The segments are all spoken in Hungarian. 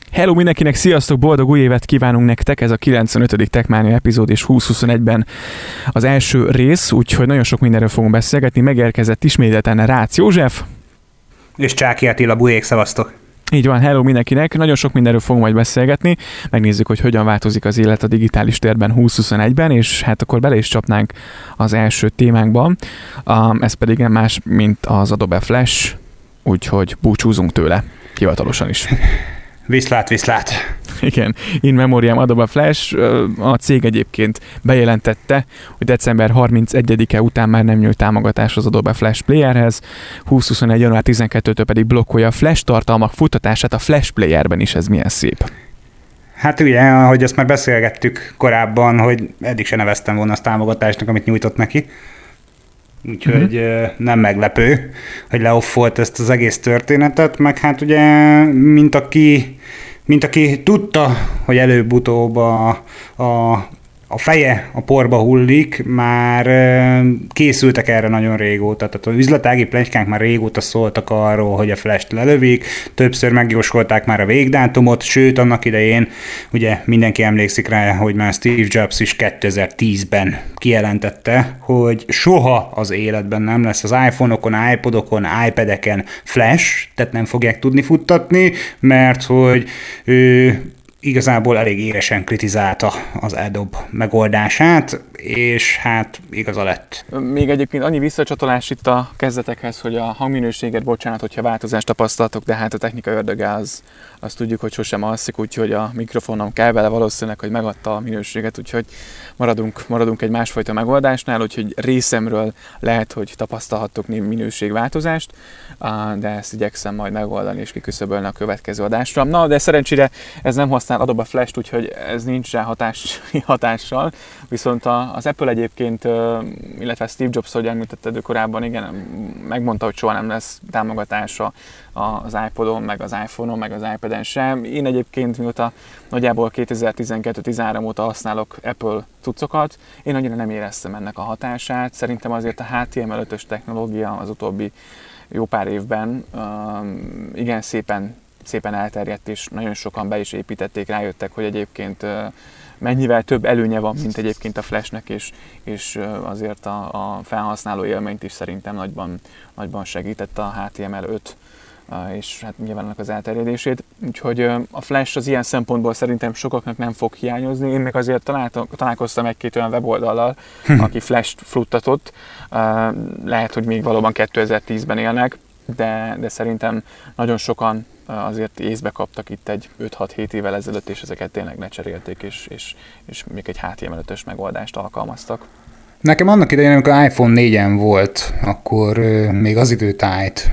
Hello mindenkinek, sziasztok, boldog új évet kívánunk nektek, ez a 95. Techmania epizód és 2021-ben az első rész, úgyhogy nagyon sok mindenről fogunk beszélgetni, megérkezett ismételten Rácz József. És Csáki Attila, bujék, szevasztok! Így van, hello mindenkinek, nagyon sok mindenről fogunk majd beszélgetni, megnézzük, hogy hogyan változik az élet a digitális térben 2021-ben, és hát akkor bele is csapnánk az első témánkba, ez pedig nem más, mint az Adobe Flash, úgyhogy búcsúzunk tőle, hivatalosan is. Viszlát! Igen, in memoriam Adobe Flash. A cég egyébként bejelentette, hogy december 31-e után már nem nyújt támogatás az Adobe Flash Playerhez, 2021. január 12-től pedig blokkolja a Flash tartalmak futtatását a Flash Playerben is, ez milyen szép. Hát ugye, ahogy azt már beszélgettük korábban, hogy eddig se neveztem volna azt támogatásnak, amit nyújtott neki. Úgyhogy nem meglepő, hogy leoffolt ezt az egész történetet, meg hát ugye, mint aki tudta, hogy előbb-utóbb a feje a porba hullik, már készültek erre nagyon régóta. Tehát az üzletági pletykánk már régóta szóltak arról, hogy a Flash-t lelövik, többször megjósolták már a végdátumot, sőt annak idején ugye mindenki emlékszik rá, hogy már Steve Jobs is 2010-ben kijelentette, hogy soha az életben nem lesz az iPhone-okon, iPodokon, iPad-eken Flash, tehát nem fogják tudni futtatni, mert hogy igazából elég éresen kritizálta az Adobe megoldását, és hát igaza lett. Még egyébként annyi visszacsatolás itt a kezdetekhez, hogy a hangminőséget, bocsánat, hogyha változást tapasztaltok, de hát a technika ördöge azt tudjuk, hogy sosem alszik, úgyhogy a mikrofonom kell vele valószínűleg, hogy megadta a minőséget, úgyhogy maradunk egy másfajta megoldásnál, úgyhogy részemről lehet, hogy tapasztalhattok némi minőségváltozást, de ezt igyekszem majd megoldani és kiküszöbölni a következő adásra. Na, de szerencsére ez nem használ Adobe Flash-t, úgyhogy ez nincs rá hatással, viszont az Apple egyébként, illetve Steve Jobs, hogy említetted korábban, igen, megmondta, hogy soha nem lesz támogatása az iPodon, meg az iPhone-on, meg az iPad-en sem. Én egyébként, mióta nagyjából 2012-13 óta használok Apple cuccokat, én annyira nem éreztem ennek a hatását. Szerintem azért a HTML5-ös technológia az utóbbi jó pár évben igen szépen elterjedt, és nagyon sokan be is építették, rájöttek, hogy egyébként mennyivel több előnye van, mint egyébként a Flashnek, és azért a felhasználó élményt is szerintem nagyban segített a HTML5, és hát nyilván annak az elterjedését. Úgyhogy a Flash az ilyen szempontból szerintem sokaknak nem fog hiányozni. Én meg azért találkoztam egy-két olyan weboldallal, aki Flash-t futtatott. Lehet, hogy még valóban 2010-ben élnek, de szerintem nagyon sokan azért észbe kaptak itt egy 5-6-7 évvel ezelőtt, és ezeket tényleg lecserélték, és még egy HTML5-ös megoldást alkalmaztak. Nekem annak idején, amikor iPhone 4-en volt, akkor még az időtájt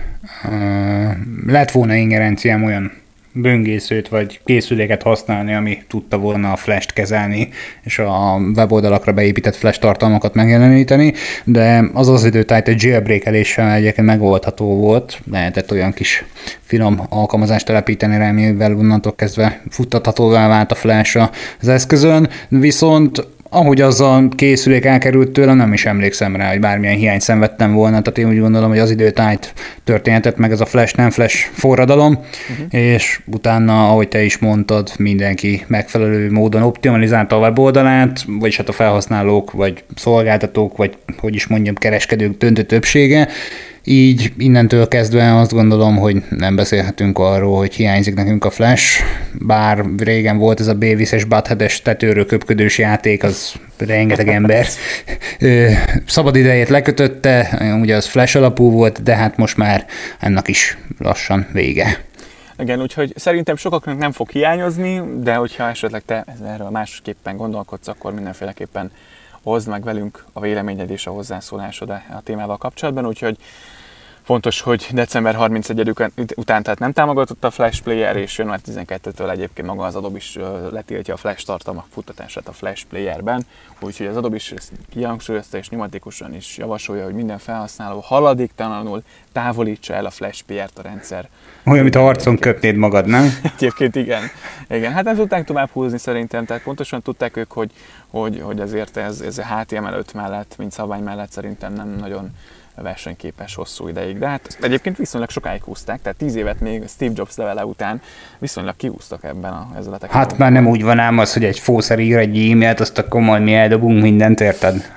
lett volna ingerenciám olyan böngészőt vagy készüléket használni, ami tudta volna a Flash-t kezelni, és a weboldalakra beépített Flash tartalmakat megjeleníteni, de az időtájt egy jailbreak-eléssel egyébként megoldható volt, lehetett olyan kis finom alkalmazást telepíteni rá, amivel onnantól kezdve futtathatóvá vált a Flash az eszközön, viszont ahogy az a készülék elkerült tőlem, nem is emlékszem rá, hogy bármilyen hiányt szenvedtem volna, tehát én úgy gondolom, hogy az időtájt történhetett meg ez a Flash, nem Flash forradalom, és utána, ahogy te is mondtad, mindenki megfelelő módon optimalizálta a weboldalát, vagyis hát a felhasználók, vagy szolgáltatók, vagy hogy is mondjam, kereskedők döntő többsége. Így innentől kezdve azt gondolom, hogy nem beszélhetünk arról, hogy hiányzik nekünk a Flash, bár régen volt ez a Beavis-es Butthead-es tetőről köpködős játék, az rengeteg ember szabad idejét lekötötte, ugye az Flash alapú volt, de hát most már ennek is lassan vége. Igen, úgyhogy szerintem sokaknak nem fog hiányozni, de hogyha esetleg te erről másképpen gondolkodsz, akkor mindenféleképpen hozd meg velünk a véleményed és a hozzászólásod a témával kapcsolatban, úgyhogy fontos, hogy december 31 után tehát nem támogatott a Flash Player, és január 12-től egyébként maga az Adobe is letiltja a Flash tartalmak futtatását a Flash Playerben, úgyhogy az Adobe is ezt kihangsúlyozta és nyomatékosan is javasolja, hogy minden felhasználó haladéktalanul távolítsa el a Flash Player-t a rendszer. Olyan, mint a arcon köpnéd magad, nem? Egyébként igen. Hát nem tudták tovább húzni szerintem, tehát pontosan tudták ők, hogy azért ez a HTML5 mellett, mint szabvány mellett szerintem nem nagyon versenyképes hosszú ideig. De hát egyébként viszonylag sokáig húzták, tehát 10 évet még Steve Jobs levele után viszonylag kihúztak ezzel a technológiával. Hát már nem úgy van ám az, hogy egy fószer ír egy e-mailt, azt akkor majd mi eldobunk mindent, érted?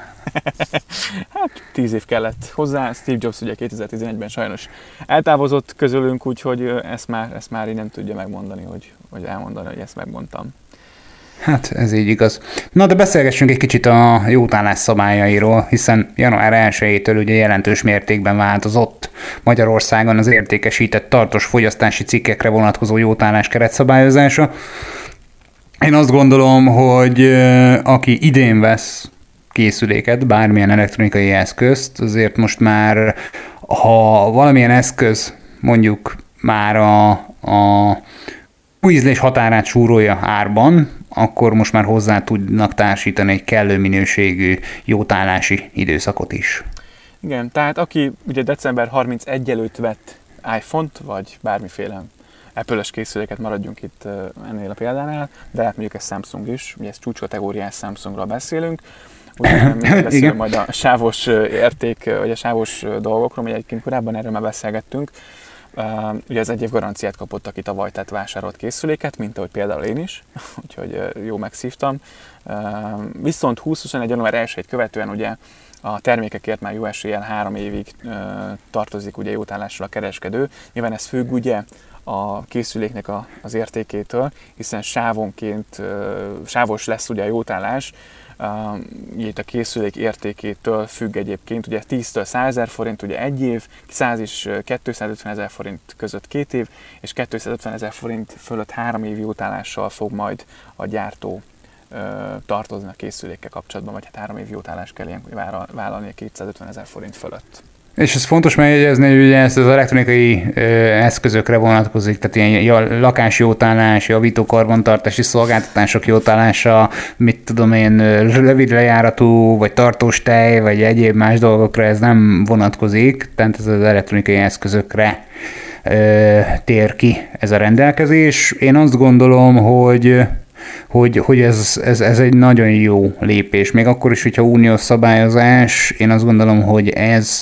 Hát 10 év kellett hozzá, Steve Jobs ugye 2011-ben sajnos eltávozott közülünk, úgyhogy ezt már így nem tudja megmondani, hogy elmondani, hogy ezt megmondtam. Hát ez így igaz. Na de beszélgessünk egy kicsit a jótállás szabályairól, hiszen január 1-től ugye jelentős mértékben változott Magyarországon az értékesített tartós fogyasztási cikkekre vonatkozó jótállás keretszabályozása. Én azt gondolom, hogy aki idén vesz készüléket, bármilyen elektronikai eszközt, azért most már, ha valamilyen eszköz mondjuk már a ízlés határát súrolja árban, akkor most már hozzá tudnak társítani egy kellő minőségű jótállási időszakot is. Igen, tehát aki ugye december 31 előtt vett iPhone-t, vagy bármiféle Apple-es készüléket, maradjunk itt ennél a példánál, de hát mondjuk ez Samsung is, ugye ez csúcskategóriás Samsungról beszélünk, ugye beszélünk majd a sávos érték, vagy a sávos dolgokról, ugye egyébként korábban erről már beszélgettünk. Ugye az 1 év garanciát kapott, aki tavaly tett vásárolt készüléket, mint ahogy például én is, úgyhogy jó megszívtam. Viszont 2021. január 1-ét követően ugye a termékekért már jó eséllyel 3 évig tartozik ugye jótállással a kereskedő. Nyilván ez függ ugye a készüléknek az értékétől, hiszen sávos lesz ugye a jótállás, itt a készülék értékétől függ egyébként, ugye 10-től 100 000 forint, ugye 1 év, 100 és 250 000 forint között 2 év, és 250 000 forint fölött 3 év jótállással fog majd a gyártó tartozni a készülékkel kapcsolatban, vagy hát 3 év jótállást kell ilyenkor vállalni a 250 000 forint fölött. És ez fontos megjegyezni, hogy ugye ez az elektronikai eszközökre vonatkozik, tehát ilyen lakásjótállás, javító karbantartási szolgáltatások jótállása, mit tudom én, rövid lejáratú, vagy tartós tej, vagy egyéb más dolgokra ez nem vonatkozik, tehát ez az elektronikai eszközökre tér ki ez a rendelkezés. Én azt gondolom, hogy ez egy nagyon jó lépés. Még akkor is, hogyha uniós szabályozás, én azt gondolom, hogy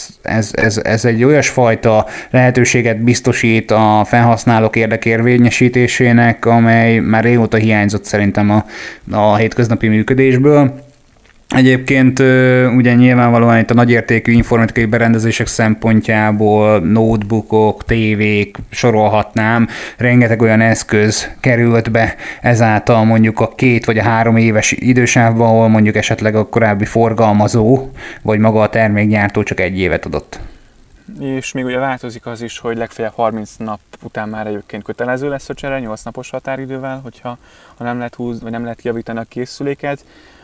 ez egy olyasfajta lehetőséget biztosít a felhasználók érdekérvényesítésének, amely már régóta hiányzott szerintem a hétköznapi működésből. Egyébként ugye nyilvánvalóan itt a nagyértékű informatikai berendezések szempontjából notebookok, tévék, sorolhatnám, rengeteg olyan eszköz került be ezáltal mondjuk a 2 vagy a 3 éves idősávban, ahol mondjuk esetleg a korábbi forgalmazó, vagy maga a termékgyártó csak 1 évet adott. És még ugye változik az is, hogy legfeljebb 30 nap után már egyébként kötelező lesz a csere, 8 napos határidővel, hogyha nem lehet húzni, vagy nem lehet javítani a készüléket.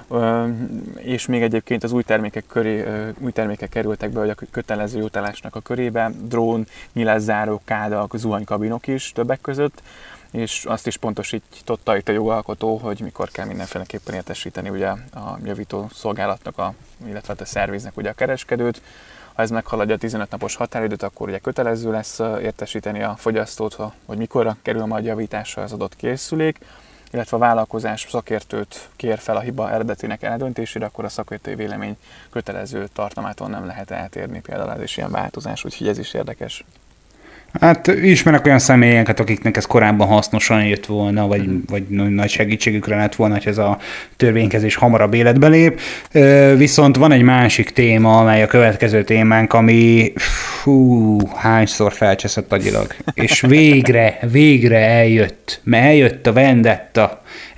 És még egyébként az új termékek kerültek be, hogy a kötelező jótállásnak a körébe, drón, nyilászárók, kádak, zuhanykabinok is többek között, és azt is pontosította itt a jogalkotó, hogy mikor kell mindenféleképpen értesíteni ugye a javító szolgálatnak, illetve a szerviznek ugye a kereskedőt. Ha ez meghaladja a 15 napos határidőt, akkor ugye kötelező lesz értesíteni a fogyasztót, hogy mikorra kerül majd javításra az adott készülék, illetve a vállalkozás szakértőt kér fel a hiba eredetének eldöntésére, akkor a szakértői vélemény kötelező tartalmától nem lehet eltérni, például ez is ilyen változás, úgyhogy ez is érdekes. Hát ismerek olyan személyeket, akiknek ez korábban hasznosan jött volna, vagy nagy segítségükre lett volna, hogy ez a törvénykezés hamarabb életbe lép. Viszont van egy másik téma, amely a következő témánk, ami hányszor felcseszett agyilag. És végre eljött. Mert eljött a vendetta.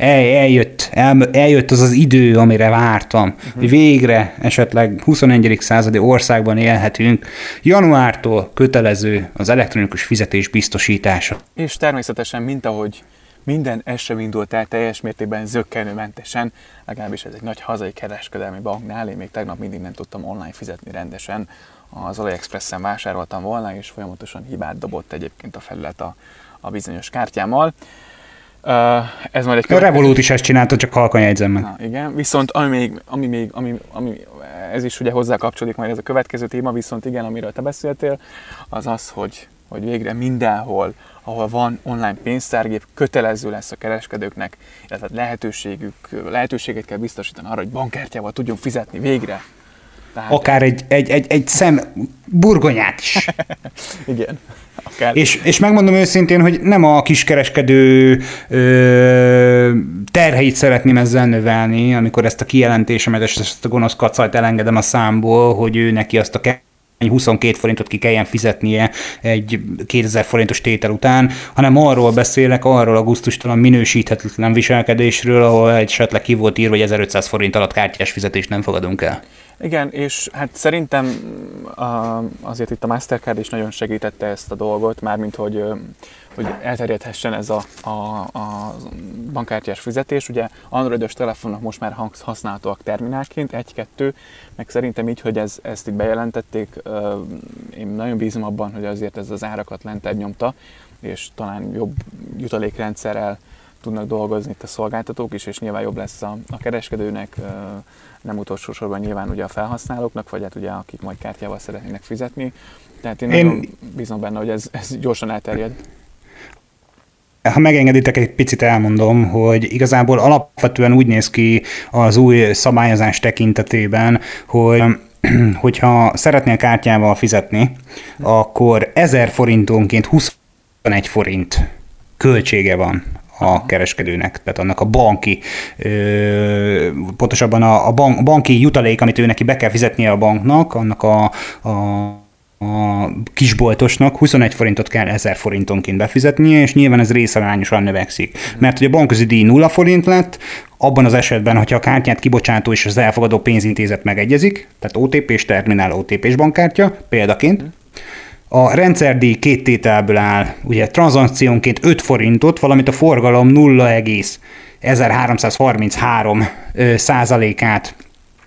Eljött az idő, amire vártam. Végre esetleg 21. századi országban élhetünk. Januártól kötelező az elektronikus fizetés biztosítása. És természetesen, mint ahogy minden ez sem indult el teljes mértékben zökkenőmentesen, legalábbis ez egy nagy hazai kereskedelmi banknál, én még tegnap mindig nem tudtam online fizetni rendesen, az AliExpressen vásároltam volna, és folyamatosan hibát dobott egyébként a felület a bizonyos kártyámmal. Ez majd egy a Revolut is ezt csinálta, csak halkan jegyzem meg. Na, igen, viszont ami ez is ugye hozzá kapcsolódik majd ez a következő téma, viszont igen, amiről te beszéltél, az az, hogy végre mindenhol, ahol van online pénztárgép, kötelező lesz a kereskedőknek, illetve lehetőséget kell biztosítani arra, hogy bankkártyával tudjunk fizetni végre. Tehát... Akár egy szem burgonyát is. Igen. Akár. És megmondom őszintén, hogy nem a kiskereskedő terheit szeretném ezzel növelni, amikor ezt a kijelentésemet és ezt a gonosz kacajt elengedem a számból, hogy ő neki azt a 22 forintot ki kelljen fizetnie egy 2000 forintos tétel után, hanem arról beszélek, arról a gusztustalan minősíthetetlen viselkedésről, ahol esetleg ki volt írva, hogy 1500 forint alatt kártyás fizetést nem fogadunk el. Igen, és hát szerintem azért itt a Mastercard is nagyon segítette ezt a dolgot, mármint hogy elterjedhessen ez a bankkártyás fizetés. Ugye androidos telefonok most már használhatóak terminálként, 1-2, meg szerintem így, hogy ezt itt bejelentették, én nagyon bízom abban, hogy azért ez az árakat lentebb nyomta, és talán jobb jutalékrendszerrel tudnak dolgozni itt a szolgáltatók is, és nyilván jobb lesz a kereskedőnek, nem utolsó sorban nyilván ugye a felhasználóknak, vagy hát ugye akik majd kártyával szeretnének fizetni. Tehát én nagyon bízom benne, hogy ez gyorsan elterjed. Ha megengeditek, egy picit elmondom, hogy igazából alapvetően úgy néz ki az új szabályozás tekintetében, hogyha szeretnél kártyával fizetni, akkor 1000 forintonként 21 forint költsége van a kereskedőnek, tehát annak a banki, pontosabban a banki jutalék, amit ő neki be kell fizetnie a banknak, annak a kisboltosnak 21 forintot kell 1000 forintonként befizetnie, és nyilván ez részarányosan növekszik. Mert hogy a bankközi díj 0 forint lett, abban az esetben, hogyha a kártyát kibocsátó és az elfogadó pénzintézet megegyezik, tehát OTP-s terminál, OTP-s bankkártya példaként, a rendszerdíj 2 tételből áll, ugye tranzakciónként 5 forintot, valamint a forgalom 0,1333 százalékát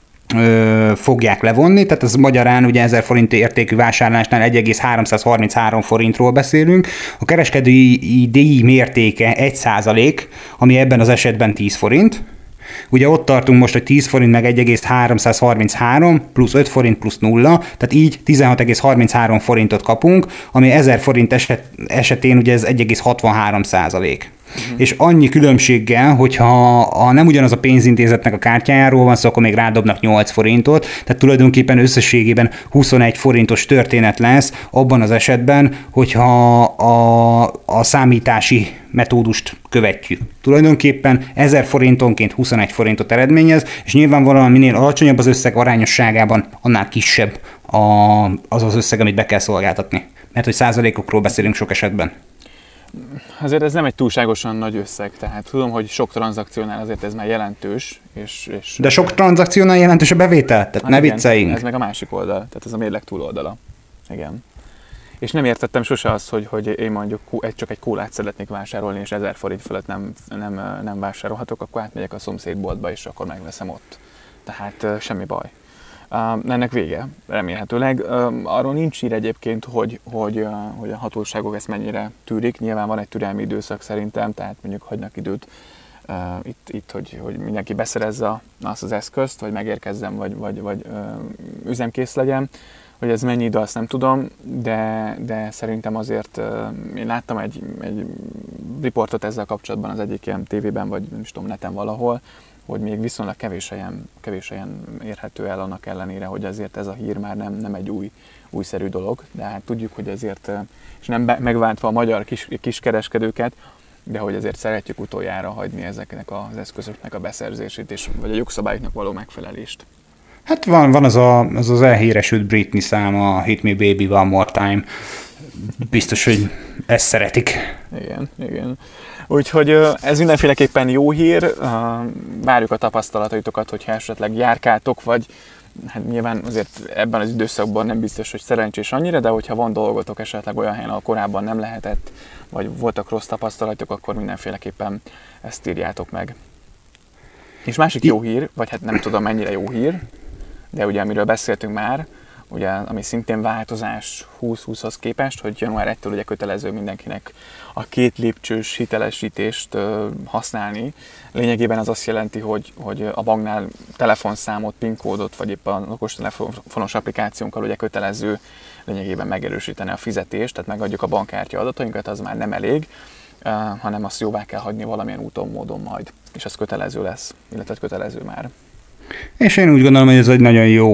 fogják levonni, tehát az magyarán ugye 1000 forint értékű vásárlásnál 1,333 forintról beszélünk. A kereskedői díj mértéke 1%, ami ebben az esetben 10 forint. Ugye ott tartunk most, hogy 10 forint meg 1,333 plusz 5 forint plusz 0, tehát így 16,33 forintot kapunk, ami 1000 forint esetén ugye ez 1,63%. És annyi különbséggel, hogyha nem ugyanaz a pénzintézetnek a kártyájáról van szó, akkor még rádobnak 8 forintot, tehát tulajdonképpen összességében 21 forintos történet lesz abban az esetben, hogyha a számítási metódust követjük. Tulajdonképpen 1000 forintonként 21 forintot eredményez, és nyilvánvalóan minél alacsonyabb az összeg arányosságában, annál kisebb az összeg, amit be kell szolgáltatni. Mert hogy százalékokról beszélünk sok esetben. Azért ez nem egy túlságosan nagy összeg, tehát tudom, hogy sok tranzakciónál azért ez már jelentős. De sok tranzakciónál jelentős a bevétel, tehát hát ne igen, vicceljünk. Ez meg a másik oldal, tehát ez a mérleg túloldala. Igen. És nem értettem sose azt, hogy én mondjuk csak egy kólát szeretnék vásárolni, és 1000 forint fölött nem vásárolhatok, akkor átmegyek a szomszédboltba, és akkor megveszem ott. Tehát semmi baj. Ennek vége, remélhetőleg. Arról nincs hír egyébként, hogy a hatóságok ezt mennyire tűrik. Nyilván van egy türelmi időszak szerintem, tehát mondjuk hagynak időt itt hogy mindenki beszerezze azt az eszközt, vagy megérkezzen, vagy üzemkész legyen. Hogy ez mennyi idő, azt nem tudom, de szerintem azért én láttam egy riportot ezzel kapcsolatban az egyik ilyen tévében, vagy nem is tudom, neten valahol, hogy még viszonylag kevés helyen érhető el annak ellenére, hogy azért ez a hír már nem egy újszerű dolog, de hát tudjuk, hogy azért, és nem megváltva a magyar kiskereskedőket, de hogy azért szeretjük utoljára hagyni ezeknek az eszközöknek a beszerzését, és vagy a jogszabályoknak való megfelelést. Hát van az elhíresült Britney szám, a Hit Me Baby One More Time. Biztos, hogy ezt szeretik. Igen. Úgyhogy ez mindenféleképpen jó hír. Várjuk a tapasztalataitokat, hogyha esetleg járkáltok, vagy hát nyilván azért ebben az időszakban nem biztos, hogy szerencsés annyira, de hogyha van dolgotok esetleg olyan helyen, ahol korábban nem lehetett, vagy voltak rossz tapasztalatok, akkor mindenféleképpen ezt írjátok meg. És másik jó hír, vagy hát nem tudom mennyire jó hír, de ugye amiről beszéltünk már, ugye, ami szintén változás 2020-hoz képest, hogy január 1-től ugye kötelező mindenkinek a 2 lépcsős hitelesítést használni. Lényegében az azt jelenti, hogy a banknál telefonszámot, PIN kódot, vagy éppen a okostelefonos applikációnkkal ugye kötelező lényegében megerősíteni a fizetést, tehát megadjuk a bankkártya adatainkat, az már nem elég, hanem azt jóvá kell hagyni valamilyen úton, módon majd, és az kötelező lesz, illetve kötelező már. És én úgy gondolom, hogy ez egy nagyon jó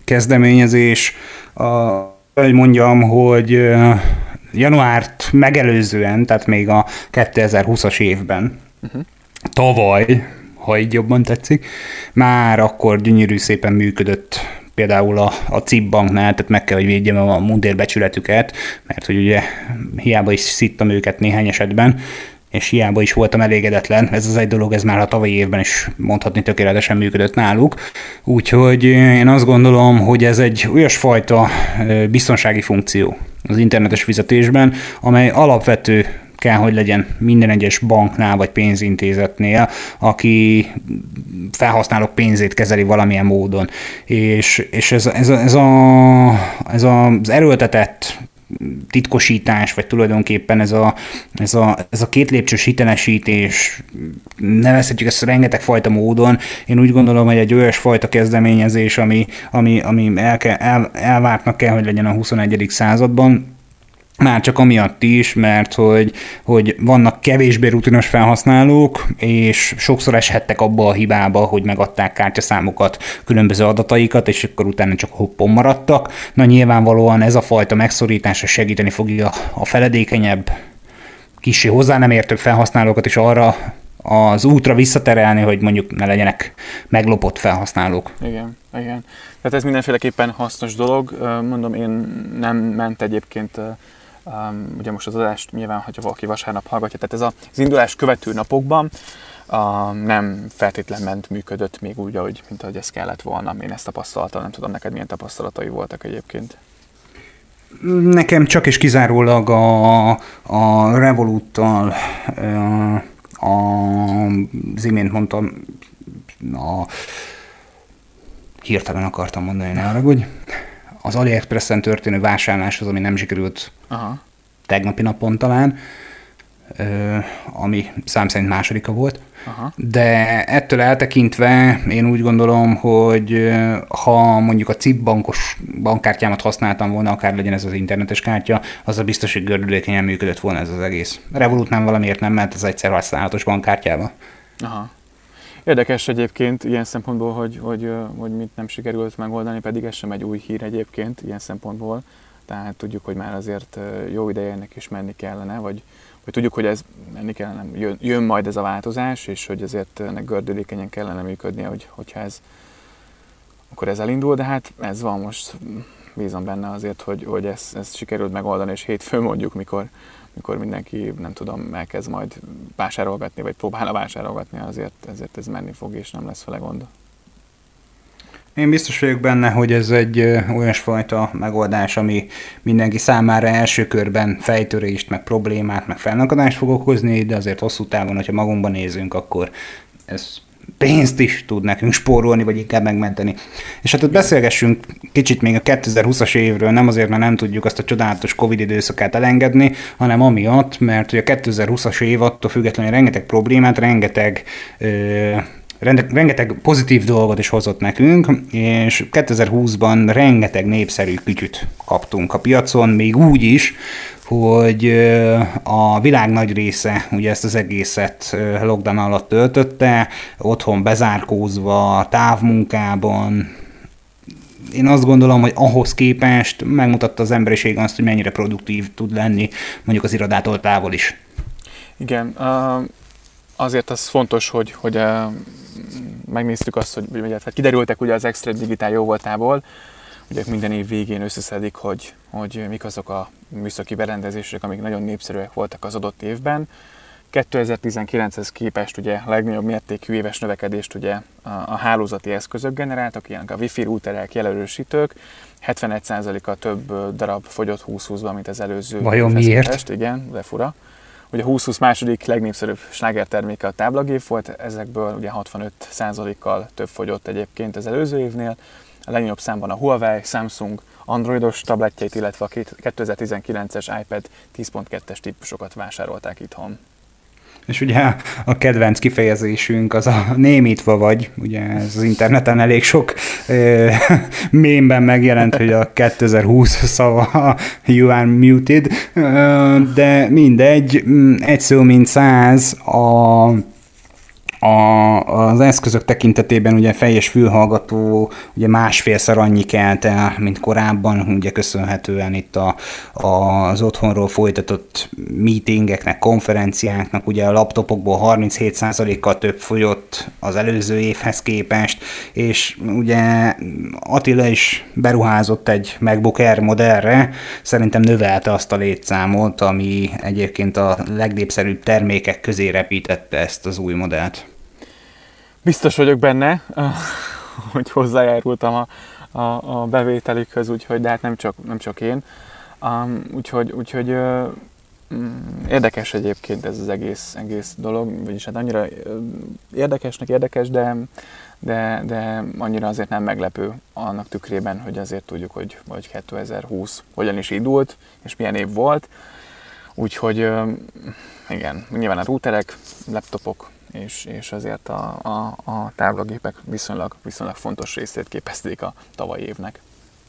kezdeményezés, hogy mondjam, hogy januárt megelőzően, tehát még a 2020-as évben, tavaly, ha így jobban tetszik, már akkor gyönyörű szépen működött például a CIP banknál, tehát meg kell, hogy védjem a mundérbecsületüket, mert hogy ugye hiába is szittam őket néhány esetben, és hiába is voltam elégedetlen. Ez az egy dolog, ez már a tavalyi évben is mondhatni tökéletesen működött náluk. Úgyhogy én azt gondolom, hogy ez egy olyasfajta biztonsági funkció az internetes fizetésben, amely alapvető kell, hogy legyen minden egyes banknál vagy pénzintézetnél, aki felhasználók pénzét kezeli valamilyen módon. És ez az erőltetett titkosítás, vagy tulajdonképpen ez a kétlépcsős hitelesítés, nevezhetjük ezt rengeteg fajta módon. Én úgy gondolom, hogy egy olyasfajta kezdeményezés, ami elvártnak kell, hogy legyen a 21. században, már csak amiatt is, mert hogy vannak kevésbé rutinos felhasználók, és sokszor eshettek abba a hibába, hogy megadták kártyaszámokat, különböző adataikat, és akkor utána csak hoppon maradtak. Na nyilvánvalóan ez a fajta megszorítása segíteni fogja a feledékenyebb, kissé hozzá nem értő felhasználókat is arra az útra visszaterelni, hogy mondjuk ne legyenek meglopott felhasználók. Igen. Tehát ez mindenféleképpen hasznos dolog. Mondom, én nem ment egyébként, ugye most az adást nyilván, hogyha valaki vasárnap hallgatja, tehát ez az indulás követő napokban nem feltétlenül működött még úgy, mint ahogy ez kellett volna. Én ezt tapasztaltam, nem tudom, neked milyen tapasztalatai voltak egyébként. Nekem csak és kizárólag a Revoluttal, az imént mondtam, hirtelen akartam mondani, ne haragudj. Az AliExpressen történő vásárlás az, ami nem sikerült tegnapi napon talán, ami szám szerint másodika volt. Aha. De ettől eltekintve én úgy gondolom, hogy ha mondjuk a CIP bankos bankkártyámat használtam volna, akár legyen ez az internetes kártya, az a biztos, hogy gördülékenyen működött volna ez az egész. Revolutnál valamiért nem ment az egyszer használatos bankkártyába. Aha. Érdekes egyébként ilyen szempontból, hogy mit nem sikerült megoldani, pedig ez sem egy új hír egyébként ilyen szempontból. Tehát tudjuk, hogy már azért jó ideje ennek is menni kellene, vagy tudjuk, hogy ez menni kellene, jön majd ez a változás, és hogy ezért ennek gördülékenyen kellene működnie, hogyha akkor ez elindul, de hát ez van most, bízom benne azért, hogy ezt sikerült megoldani, és hétfőn mondjuk, mikor mindenki, nem tudom, elkezd majd vásárolgatni, vagy próbálna vásárolgatni, ezért ez menni fog, és nem lesz vele gond. Én biztos vagyok benne, hogy ez egy olyasfajta megoldás, ami mindenki számára első körben fejtörést, meg problémát, meg felnakadást fog okozni, de azért hosszú távon, hogyha magunkban nézünk, akkor ez pénzt is tud nekünk spórolni, vagy inkább megmenteni. És hát ott beszélgessünk kicsit még a 2020-as évről, nem azért, mert nem tudjuk azt a csodálatos Covid időszakát elengedni, hanem amiatt, mert ugye a 2020-as év attól függetlenül rengeteg problémát, rengeteg pozitív dolgot is hozott nekünk, és 2020-ban rengeteg népszerű kütyüt kaptunk a piacon, még úgy is, hogy a világ nagy része ugye ezt az egészet lockdown alatt töltötte, otthon bezárkózva, távmunkában. Én azt gondolom, hogy ahhoz képest megmutatta az emberiség azt, hogy mennyire produktív tud lenni mondjuk az irodától távol is. Igen, azért az fontos, hogy megnéztük azt, hogy kiderültek ugye az Extra Digitál jóvoltából, ugye minden év végén összeszedik, hogy mik azok a műszaki berendezések, amik nagyon népszerűek voltak az adott évben. 2019-hez képest ugye a legnagyobb mértékű éves növekedést ugye a hálózati eszközök generáltak, ilyenek a Wi-Fi routerek, jelerősítők, 71%-a több darab fogyott 2020-ban, mint az előző. Vajon miért? Igen, de fura. Ugye a 2020 második legnépszerűbb slágerterméke a táblagép volt, ezekből ugye 65%-kal több fogyott egyébként az előző évnél. A legnagyobb számban a Huawei, Samsung, androidos tabletjeit, illetve a 2019-es iPad 10.2-es típusokat vásárolták itthon. És ugye a kedvenc kifejezésünk az a némítva vagy, ugye ez az interneten elég sok mémben megjelent, hogy a 2020 szava you are muted, de mindegy, egy szó mint száz, Az eszközök tekintetében ugye fej- és fülhallgató ugye másfélszer annyi kelt el, mint korábban, ugye köszönhetően itt az otthonról folytatott meetingeknek, konferenciáknak, ugye a laptopokból 37%-kal több fogyott az előző évhez képest, és ugye Attila is beruházott egy MacBook Air modellre, szerintem növelte azt a létszámot, ami egyébként a legnépszerűbb termékek közé repítette ezt az új modellt. Biztos vagyok benne, hogy hozzájárultam a bevételükhöz, úgyhogy, de hát nem csak én. Úgyhogy érdekes egyébként ez az egész dolog, vagyis hát annyira érdekes, de annyira azért nem meglepő annak tükrében, hogy azért tudjuk, hogy 2020 hogyan is indult, és milyen év volt. Úgyhogy igen, nyilván a routerek, laptopok, és azért a táblagépek viszonylag fontos részét képezték a tavalyi évnek.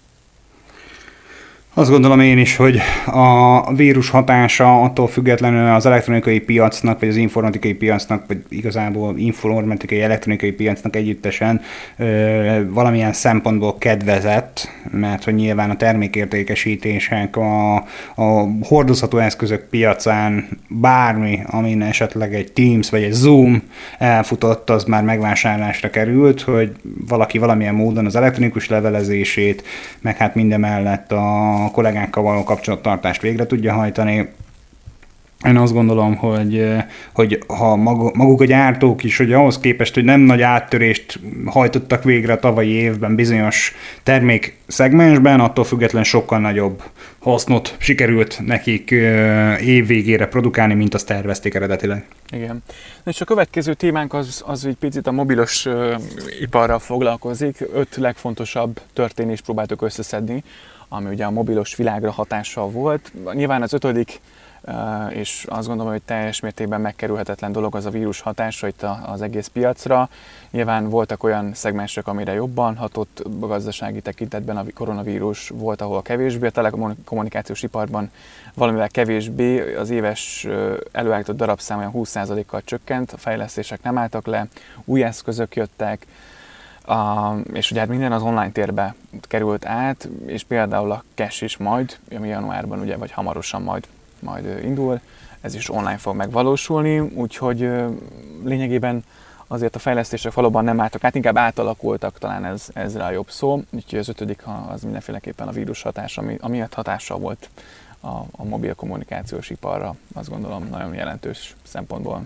Azt gondolom én is, hogy a vírus hatása attól függetlenül az elektronikai piacnak, vagy az informatikai piacnak, vagy igazából informatikai, elektronikai piacnak együttesen valamilyen szempontból kedvezett, mert hogy nyilván a termékértékesítések, a hordozható eszközök piacán bármi, amin esetleg egy Teams vagy egy Zoom elfutott, az már megvásárlásra került, hogy valaki valamilyen módon az elektronikus levelezését, meg hát mindemellett a kollégákkal való kapcsolattartást végre tudja hajtani. Én azt gondolom, hogy ha maguk a gyártók is, hogy ahhoz képest, hogy nem nagy áttörést hajtottak végre a tavalyi évben bizonyos termékszegmensben, attól függetlenül sokkal nagyobb hasznot sikerült nekik év végére produkálni, mint azt tervezték eredetileg. Igen. És a következő témánk az egy picit a mobilos iparral foglalkozik. 5 legfontosabb történést próbáltuk összeszedni, ami ugye a mobilos világra hatással volt. Nyilván az 5. és azt gondolom, hogy teljes mértékben megkerülhetetlen dolog az a vírus hatása itt az egész piacra. Nyilván voltak olyan szegmensek, amire jobban hatott gazdasági tekintetben a koronavírus, volt, ahol kevésbé, a telekommunikációs iparban valamivel kevésbé, az éves előállított darabszám olyan 20%-kal csökkent, a fejlesztések nem álltak le, új eszközök jöttek, és ugye hát minden az online térbe került át, és például a cash is majd, ami januárban ugye, vagy hamarosan majd indul, ez is online fog megvalósulni, úgyhogy lényegében azért a fejlesztések valóban nem álltak át, inkább átalakultak, talán ez rá jobb szó, úgyhogy az 5. az mindenféleképpen a vírus hatás, amiatt hatással volt a mobil kommunikációs iparra, azt gondolom nagyon jelentős szempontból.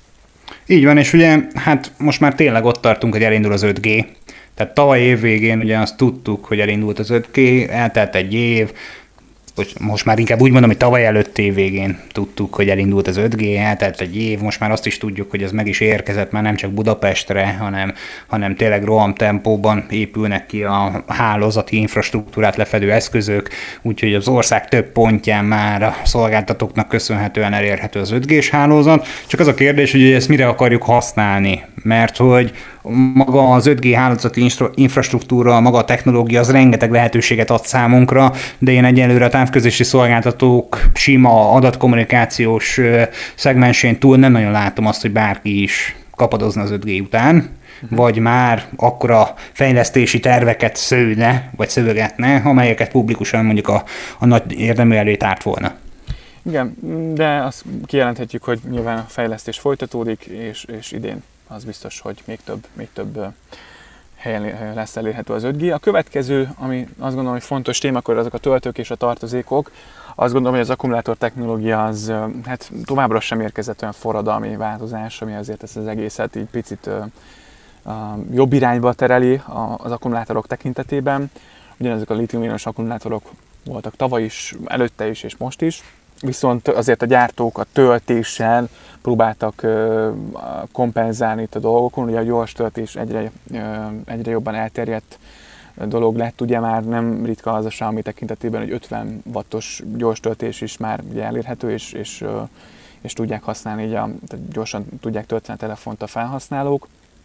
Így van, és ugye hát most már tényleg ott tartunk, hogy elindul az 5G. Tehát tavaly év végén ugye azt tudtuk, hogy elindult az 5G, eltelt egy év, most már inkább úgy mondom, hogy tavaly előtt év végén tudtuk, hogy elindult az 5G, eltelt egy év, most már azt is tudjuk, hogy ez meg is érkezett, már nem csak Budapestre, hanem tényleg rohamtempóban épülnek ki a hálózati infrastruktúrát lefedő eszközök, úgyhogy az ország több pontján már a szolgáltatóknak köszönhetően elérhető az 5G-s hálózat. Csak az a kérdés, hogy ezt mire akarjuk használni, mert hogy maga az 5G hálózati infrastruktúra, maga a technológia az rengeteg lehetőséget ad számunkra, de én egyelőre a távközlési szolgáltatók sima adatkommunikációs szegmensén túl nem nagyon látom azt, hogy bárki is kapadozna az 5G után, vagy már akkora fejlesztési terveket szőne, vagy szövegetne, amelyeket publikusan mondjuk a nagy érdemű elé tárt volna. Igen, de azt kijelenthetjük, hogy nyilván a fejlesztés folytatódik, és idén az biztos, hogy még több helyen lesz elérhető az 5G. A következő, ami azt gondolom, hogy fontos témakör, azok a töltők és a tartozékok. Azt gondolom, hogy az akkumulátor technológia az hát továbbra sem érkezett olyan forradalmi változás, ami azért ezt az egészet így picit jobb irányba tereli az akkumulátorok tekintetében. Ugyanezek a lítium-ionos akkumulátorok voltak tavaly is, előtte is és most is. Viszont azért a gyártók a töltéssel próbáltak kompenzálni itt a dolgokon, ugye a gyors töltés egyre jobban elterjedt dolog lett, ugye már nem ritka az a Xiaomi tekintetében, hogy 50 wattos gyors töltés is már ugye elérhető, és tudják használni, tehát gyorsan tudják tölteni a telefont a felhasználók.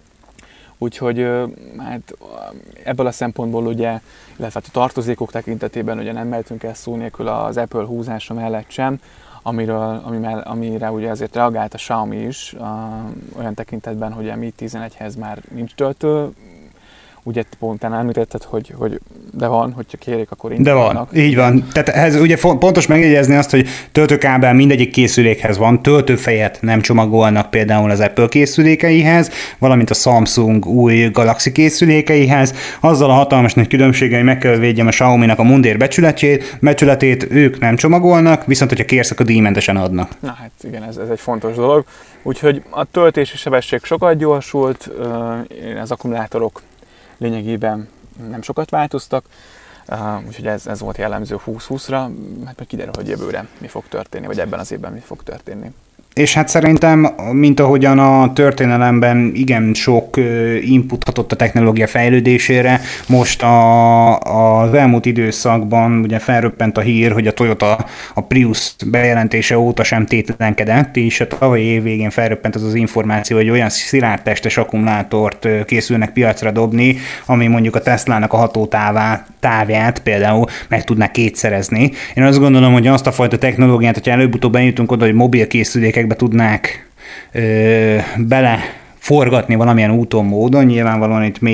Úgyhogy hát ebből a szempontból ugye, illetve a tartozékok tekintetében ugye nem mehetünk el szó nélkül az Apple húzása mellett sem, amire ugye azért reagált a Xiaomi is, olyan tekintetben, hogy a Mi 11-hez már nincs töltő. Ugye pont említetted, hogy de van, hogyha kérik, akkor de van, így van. Tehát ez ugye pontos megjegyezni azt, hogy töltőkábel mindegyik készülékhez van, töltőfejet nem csomagolnak például az Apple készülékeihez, valamint a Samsung új Galaxy készülékeihez. Azzal a hatalmas nagy különbséggel, hogy meg kell védjem a Xiaomi-nak a mundér becsületét, ők nem csomagolnak, viszont hogyha kérsz, akkor díjmentesen adnak. Na hát igen, ez egy fontos dolog. Úgyhogy a töltési sebesség sokat gyorsult, az akkumulátorok lényegében nem sokat változtak, úgyhogy ez volt jellemző 2020-ra, hát meg kiderül, hogy jövőre mi fog történni, vagy ebben az évben mi fog történni. És hát szerintem, mint ahogyan a történelemben igen sok input hatott a technológia fejlődésére, most az elmúlt időszakban ugye felröppent a hír, hogy a Toyota a Prius bejelentése óta sem tétlenkedett, és a tavalyi év végén felröppent az információ, hogy olyan szilárdtestes akkumulátort készülnek piacra dobni, ami mondjuk a Teslának a hatótávját például meg tudná kétszerezni. Én azt gondolom, hogy azt a fajta technológiát, hogyha előbb-utóbb eljutunk oda, hogy mobil készülékekbe tudnák beleforgatni valamilyen úton, módon, nyilvánvalóan itt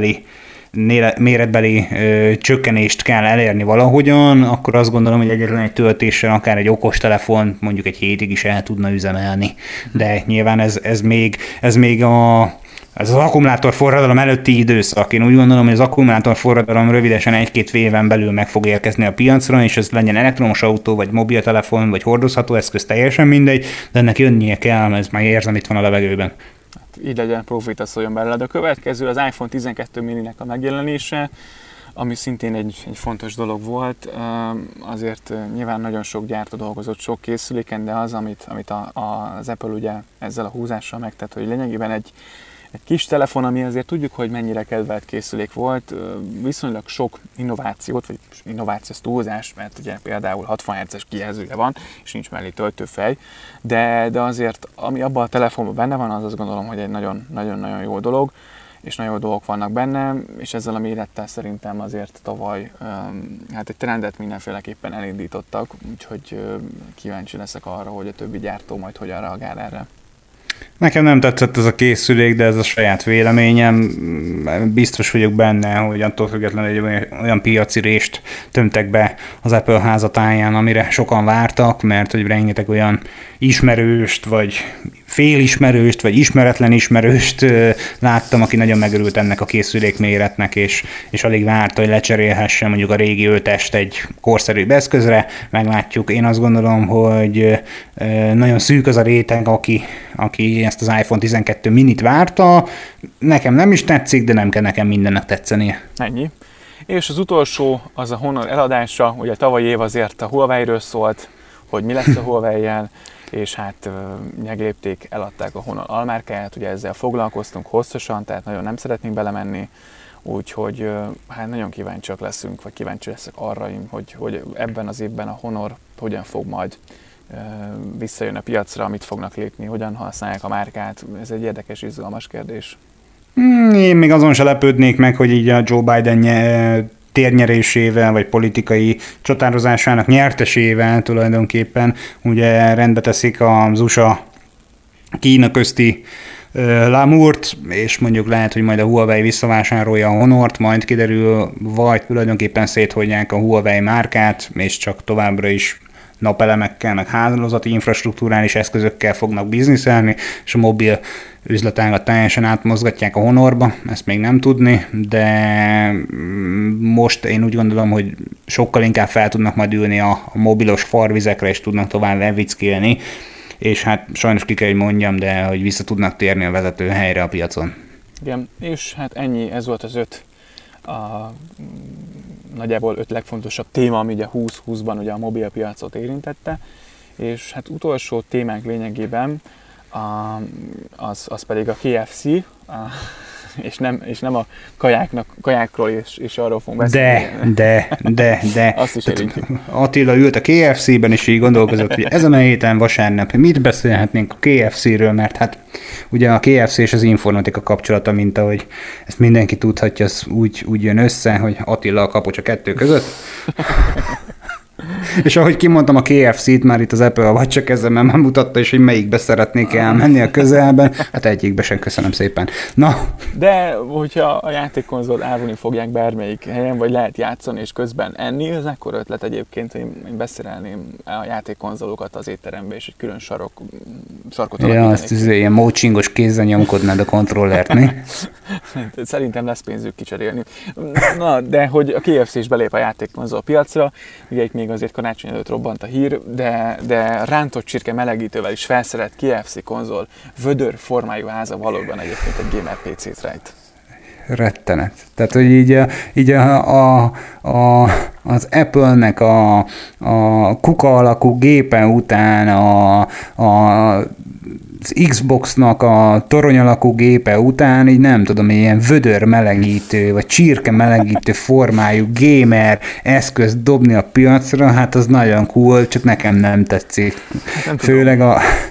méretbeli csökkenést kell elérni valahogyan, akkor azt gondolom, hogy egyetlen egy töltéssel akár egy okostelefon mondjuk egy hétig is el tudna üzemelni. De nyilván ez még az akkumulátorforradalom előtti időszak. Én úgy gondolom, hogy az akkumulátorforradalom rövidesen 1-2 éven belül meg fog érkezni a piacra, és ez legyen elektromos autó, vagy mobiltelefon, vagy hordozható eszköz, teljesen mindegy, de ennek jönnie kell, ez már érzem, itt van a levegőben. Hát így legyen, profita szóljon belőle. De a következő az iPhone 12 mininek a megjelenése, ami szintén egy fontos dolog volt. Azért nyilván nagyon sok gyártó dolgozott sok készüléken, de az, amit az Apple ugye ezzel a húzással megtett, hogy lényegében egy kis telefon, ami azért tudjuk, hogy mennyire kedvelt készülék volt, viszonylag sok innovációt, vagy innovációs túlzás, mert ugye például 60 Hz-es kijelzője van, és nincs mellé töltőfej, de azért, ami abban a telefonban benne van, az azt gondolom, hogy egy nagyon-nagyon jó dolog, és nagyon jó dolgok vannak benne, és ezzel a mérettel szerintem azért tavaly hát egy trendet mindenféleképpen elindítottak, úgyhogy kíváncsi leszek arra, hogy a többi gyártó majd hogyan reagál erre. Nekem nem tetszett ez a készülék, de ez a saját véleményem. Biztos vagyok benne, hogy attól függetlenül egy olyan piaci rést tömtek be az Apple házatáján, amire sokan vártak, mert hogy rengeteg olyan ismerőst, vagy félismerőst, vagy ismeretlen ismerőst láttam, aki nagyon megörült ennek a készülék méretnek, és alig várta, hogy lecserélhesse mondjuk a régi 5-est egy korszerűbb eszközre. Meglátjuk. Én azt gondolom, hogy nagyon szűk az a réteg, aki ezt az iPhone 12 minit várta. Nekem nem is tetszik, de nem kell nekem mindennek tetszenie. Ennyi. És az utolsó az a Honor eladása. Ugye tavalyi év azért a Huawei-ről szólt, hogy mi lesz a Huawei-jel, és hát meglépték, eladták a Honor almárkáját, ugye ezzel foglalkoztunk hosszasan, tehát nagyon nem szeretnénk belemenni, úgyhogy hát nagyon kíváncsiak leszünk, vagy kíváncsi leszek arra, hogy ebben az évben a Honor hogyan fog majd visszajön a piacra, mit fognak lépni, hogyan használják a márkát. Ez egy érdekes, izgalmas kérdés. Én még azon se lepődnék meg, hogy így a Joe Biden térnyerésével, vagy politikai csatározásának nyertesével tulajdonképpen ugye rendbe teszik az USA-Kína közti lámúrt, és mondjuk lehet, hogy majd a Huawei visszavásárolja a Honort, majd kiderül, vagy tulajdonképpen széthagyják a Huawei márkát, és csak továbbra is napelemekkel, meg hálózati infrastruktúrális eszközökkel fognak bizniszelni, és a mobil üzletágat teljesen átmozgatják a Honorba, ezt még nem tudni, de most én úgy gondolom, hogy sokkal inkább fel tudnak majd ülni a mobilos farvizekre, és tudnak tovább levickélni, és hát sajnos ki kell, hogy mondjam, de hogy vissza tudnak térni a vezető helyre a piacon. Igen, és hát ennyi, ez volt az nagyjából 5 legfontosabb téma, ami ugye 2020-ban ugye a mobilpiacot érintette, és hát utolsó témánk lényegében az pedig a KFC, és nem a kajákról és arról fogunk beszélni. De. Azt is érintjük. Attila ült a KFC-ben, és így gondolkozott, hogy ezen a héten vasárnap mit beszélhetnénk a KFC-ről, mert hát ugye a KFC és az informatika kapcsolata, mint ahogy ezt mindenki tudhatja, az úgy jön össze, hogy Attila a kapocs a kettő között. És ahogy kimondtam a KFC-t, már itt az Apple vagy csak ezzel már mutatta is, hogy melyikbe szeretnék elmenni a közelben. Hát egyikbe sem, köszönöm szépen. Na. De hogyha a játékkonzolt árulni fogják bármelyik helyen, vagy lehet játszani és közben enni, az ekkor ötlet egyébként, hogy én beszerelném a játékkonzolokat az étterembe, és egy külön sarkot Ja, azt ilyen mócsingos kézzel nyomkodnád a kontrollert, mi? Szerintem lesz pénzük kicserélni. Na, de hogy a KFC is belép a játékkonzol piacra, ugye itt még azért karácsony előtt robbant a hír, de rántott csirke melegítővel is felszerelt KFC konzol vödör formájú háza valóban egyébként egy gamer PC-t rejt. Rettenet. Tehát, hogy így az Apple-nek a kuka alakú gépe után az Xbox-nak a torony alakú gépe után, így nem tudom, ilyen vödör melegítő, vagy csirke melegítő formájú gamer eszközt dobni a piacra, hát az nagyon cool, csak nekem nem tetszik. Főleg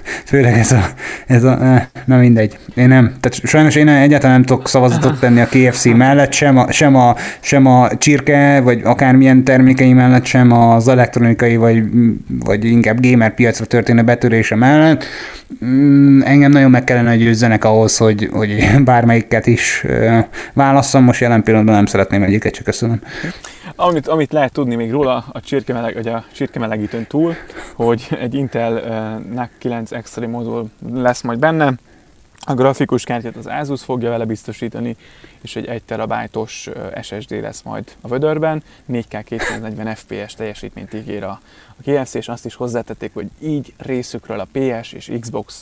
na mindegy. Én nem. Tehát sajnos én egyáltalán nem tudok szavazatot tenni a KFC mellett, sem a csirke, vagy akármilyen termékei mellett, sem az elektronikai, vagy inkább gamer piacra történő betörése mellett. Engem nagyon meg kellene győzzenek ahhoz, hogy bármelyiket is válasszam. Most jelen pillanatban nem szeretném egyiket, csak köszönöm. Amit lehet tudni még róla a csirkemelegítőn túl, hogy egy Intel NUC 9 Extreme modul lesz majd benne, a grafikus kártyát az Asus fogja vele biztosítani, és egy 1 terabájtos SSD lesz majd a vödörben, 4K 240 FPS teljesítményt ígér a KFC, és azt is hozzátették, hogy így részükről a PS és Xbox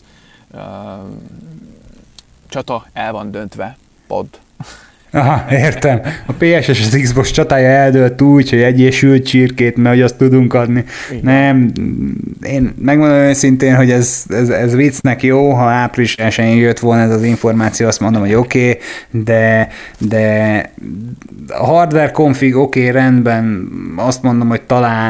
csata el van döntve. Pod. Aha, értem. A PS és az Xbox csatája eldőlt úgy, hogy egyé sült csirkét, mert hogy azt tudunk adni. Igen. Nem, én megmondom őszintén, hogy ez viccnek jó, ha április 1-én jött volna ez az információ, azt mondom, hogy oké, de a hardware config oké, rendben, azt mondom, hogy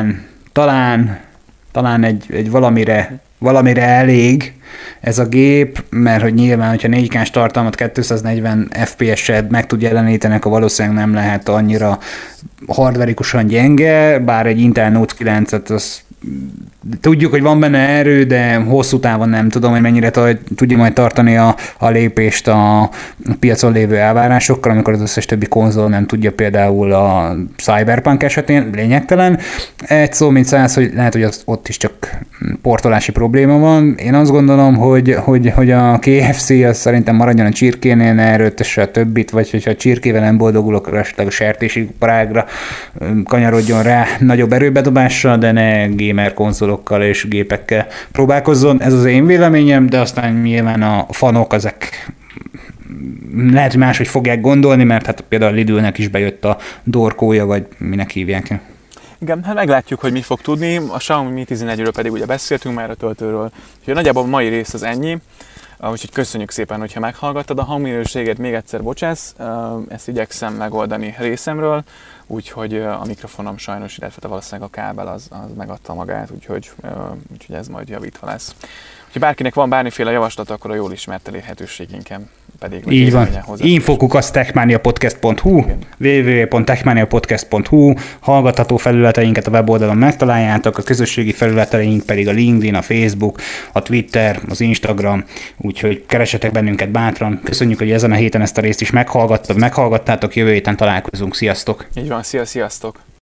talán egy valamire elég ez a gép, mert hogy nyilván, hogyha 4K-s tartalmat 240 FPS-et meg tud jeleníteni, akkor valószínűleg nem lehet annyira hardverikusan gyenge, bár egy Intel Note 9-et az tudjuk, hogy van benne erő, de hosszú távon nem tudom, hogy mennyire tudja majd tartani a lépést a piacon lévő elvárásokkal, amikor az összes többi konzol nem tudja, például a Cyberpunk esetén, lényegtelen. Egy szó, mint száz, hogy lehet, hogy ott is csak portolási probléma van. Én azt gondolom, hogy a KFC az szerintem maradjon a csirkénél, ne erőltesse a többit, vagy hogyha a csirkével nem boldogulok, akkor esetleg a sertési parágra kanyarodjon rá nagyobb erőbedobással, de ne gamer konzolokkal és gépekkel próbálkozzon. Ez az én véleményem, de aztán nyilván a fanok ezek lehet, hogy máshogy fogják gondolni, mert hát például a Lidlnek is bejött a dorkója, vagy minek hívják. Igen, hát meglátjuk, hogy mi fog tudni. A Xiaomi Mi 11-ről pedig ugye beszéltünk már a töltőről. Úgyhogy nagyjából a mai rész az ennyi. Úgyhogy köszönjük szépen, hogyha meghallgattad a hangminőséget, még egyszer bocsász, ezt igyekszem megoldani részemről, úgyhogy a mikrofonom sajnos, illetve valószínűleg a kábel az megadta magát, úgyhogy ez majd javítva lesz. Ha bárkinek van bármiféle javaslat, akkor a jól ismert elérhetőségünken pedig. Így van. info@techmaniapodcast.hu, www.techmaniapodcast.hu, hallgatható felületeinket a weboldalon megtaláljátok, a közösségi felületeink pedig a LinkedIn, a Facebook, a Twitter, az Instagram, úgyhogy keressetek bennünket bátran. Köszönjük, hogy ezen a héten ezt a részt is meghallgattátok, jövő héten találkozunk. Sziasztok! Így van, sziasztok!